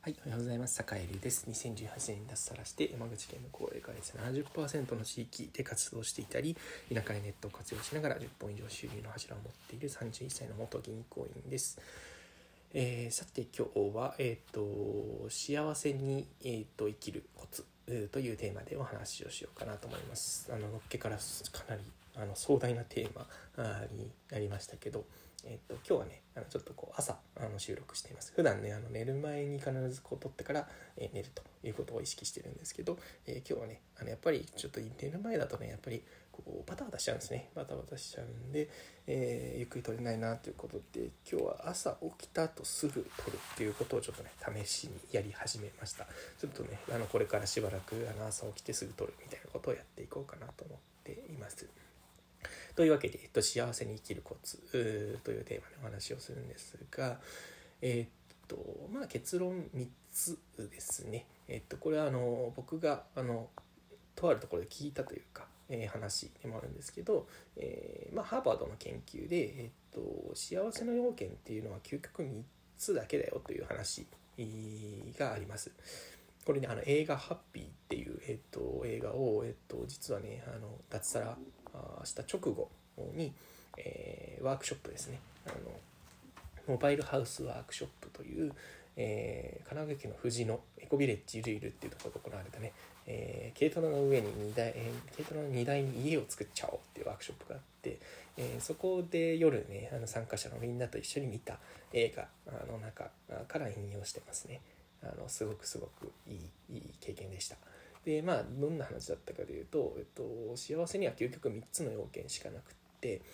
はい、おはようございます。坂井流です。2018年に脱サラして山口県の高齢化率 70% の地域で活動していたり、田舎でネットを活用しながら10本以上収入の柱を持っている31歳の元銀行員です。さて今日は、幸せに、生きるコツというテーマでお話をしようかなと思います。のっけからかなり壮大なテーマになりましたけど、今日はねちょっと朝収録しています。普段ね寝る前に必ず撮ってから、寝るということを意識してるんですけど、今日はねやっぱりちょっと寝る前だとねやっぱりバタバタしちゃうんですね。バタバタしちゃうんで、ゆっくり撮れないなということで、今日は朝起きた後すぐ撮るっていうことをちょっとね試しにやり始めました。ちょっとねこれからしばらく朝起きてすぐ撮るみたいなことをやっていこうかなと思っています。というわけで、幸せに生きるコツというテーマでお話をするんですが、結論3つですね。これは僕がとあるところで聞いたというか、話でもあるんですけど、ハーバードの研究で、幸せの要件っていうのは究極3つだけだよという話があります。これね映画ハッピーっていう、映画を、実はね脱サラした直後に、ワークショップですねモバイルハウスワークショップという、神奈川県の富士のエコビレッジゆるゆるっていうところで行われたね、軽トラの上に軽トラの荷台に家を作っちゃおうっていうワークショップがあって、そこで夜ね参加者のみんなと一緒に見た映画の中から引用してますね。すごくいい経験でした。でどんな話だったかというと、幸せには究極3つの要件しかなくって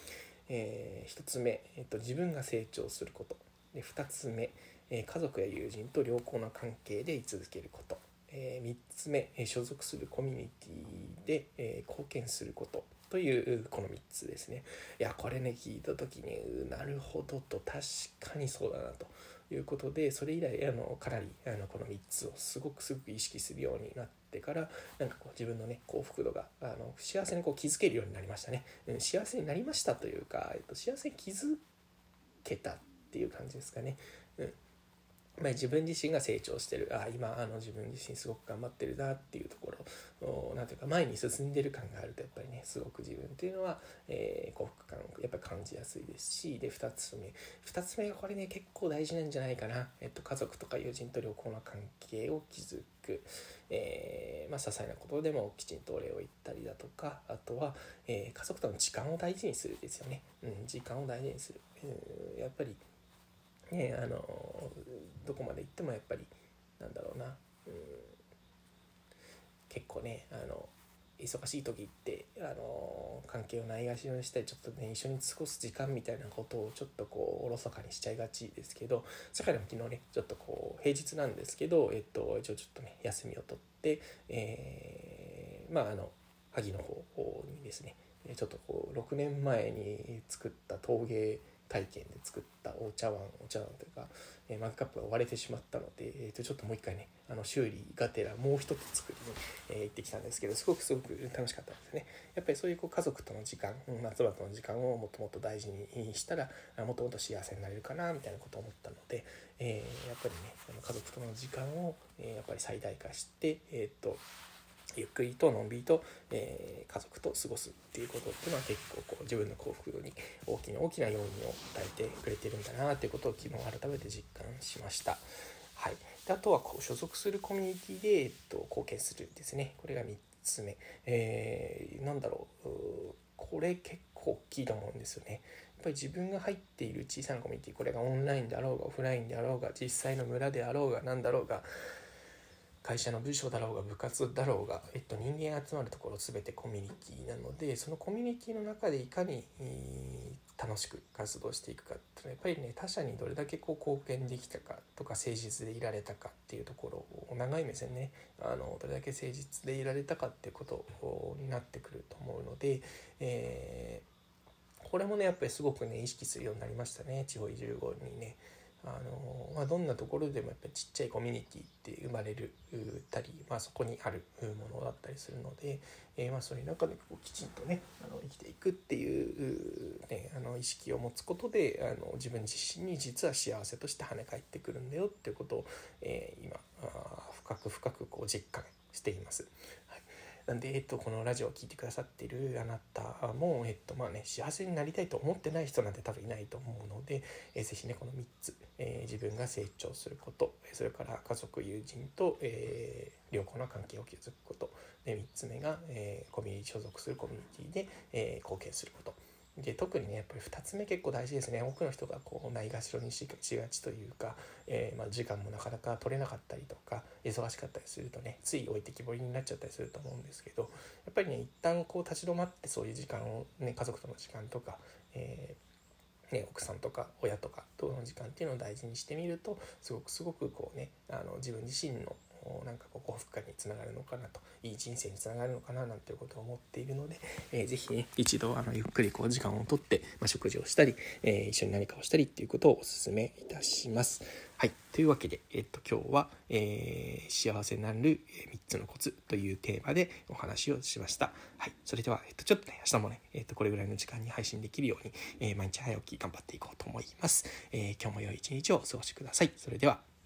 、1つ目、自分が成長することで、2つ目、家族や友人と良好な関係で居続けること、3つ目、所属するコミュニティで、貢献することというこの3つですね。いやこれね聞いた時になるほどと、確かにそうだなということで、それ以来かなりこの3つをすごく意識するようになってから、自分のね幸福度が幸せに気づけるようになりましたね。幸せになりましたというか、幸せに気づけたっていう感じですかね。自分自身が成長してる、今自分自身すごく頑張ってるなっていうところ、なんていうか前に進んでる感があるとやっぱりねすごく自分っていうのは、幸福感やっぱり感じやすいですし、で2つ目がこれね結構大事なんじゃないかな。家族とか友人と良好な関係を築く、些細なことでもきちんとお礼を言ったりだとか、あとは、家族との時間を大事にするですよね。時間を大事にする、やっぱりねどこまで行ってもやっぱりなんだろうな、結構ね忙しい時って関係をないがしろにしたり、ちょっとね一緒に過ごす時間みたいなことをちょっとおろそかにしちゃいがちですけど、それからも昨日ねちょっと平日なんですけど、一応ちょっとね休みを取って、萩の方にですね、ちょっと6年前に作った陶芸体験で作ったお茶碗というか、マグカップが割れてしまったので、ちょっともう一回ね修理がてらもう一つ作りに、行ってきたんですけど、すごく楽しかったですね。やっぱりそういう家族との時間、夏場との時間をもっともっと大事にしたらもっともっと幸せになれるかなみたいなことを思ったので、やっぱりね家族との時間を、やっぱり最大化して、ゆっくりとのんびりと、家族と過ごすっていうことっていうのは結構自分の幸福度に大きな要因を与えてくれてるんだなということを昨日改めて実感しました。はい、であとは所属するコミュニティで、貢献するですね。これが3つ目、これ結構大きいと思うんですよね。やっぱり自分が入っている小さなコミュニティ、これがオンラインであろうがオフラインであろうが実際の村であろうが何だろうが、会社の部署だろうが部活だろうが、人間集まるところ全てコミュニティなので、そのコミュニティの中でいかに、楽しく活動していくかっていうのはやっぱりね、他者にどれだけ貢献できたかとか誠実でいられたかっていうところを長い目線ねどれだけ誠実でいられたかっていうことになってくると思うので、これもねやっぱりすごくね意識するようになりましたね。地方移住後にねどんなところでもやっぱりちっちゃいコミュニティって生まれるたり、そこにあるものだったりするので、そういう中できちんとね生きていくっていうね意識を持つことで自分自身に実は幸せとして跳ね返ってくるんだよっていうことを、今深く実感しています。はい、なんで、このラジオを聞いてくださっているあなたも、幸せになりたいと思ってない人なんて多分いないと思うので、ぜひねこの3つ、自分が成長すること、それから家族友人と、良好な関係を築くことで、3つ目が、所属するコミュニティで、貢献することで、特にねやっぱり2つ目結構大事ですね。多くの人がないがしろにしがちというか、時間もなかなか取れなかったりとか忙しかったりするとね、つい置いてきぼりになっちゃったりすると思うんですけど、やっぱりね一旦立ち止まってそういう時間をね、家族との時間とか、奥さんとか親とかとの時間っていうのを大事にしてみると、すごく自分自身の幸福感につながるのかなと、いい人生につながるのかななんていうことを思っているので、ぜひね一度ゆっくり時間をとって、食事をしたり、一緒に何かをしたりっていうことをお勧めいたします。はい、というわけで、今日は、幸せになる3つのコツというテーマでお話をしました。はい、それでは、ちょっとね明日もね、これぐらいの時間に配信できるように、毎日早起き頑張っていこうと思います。今日も良い一日をお過ごしください。それでは。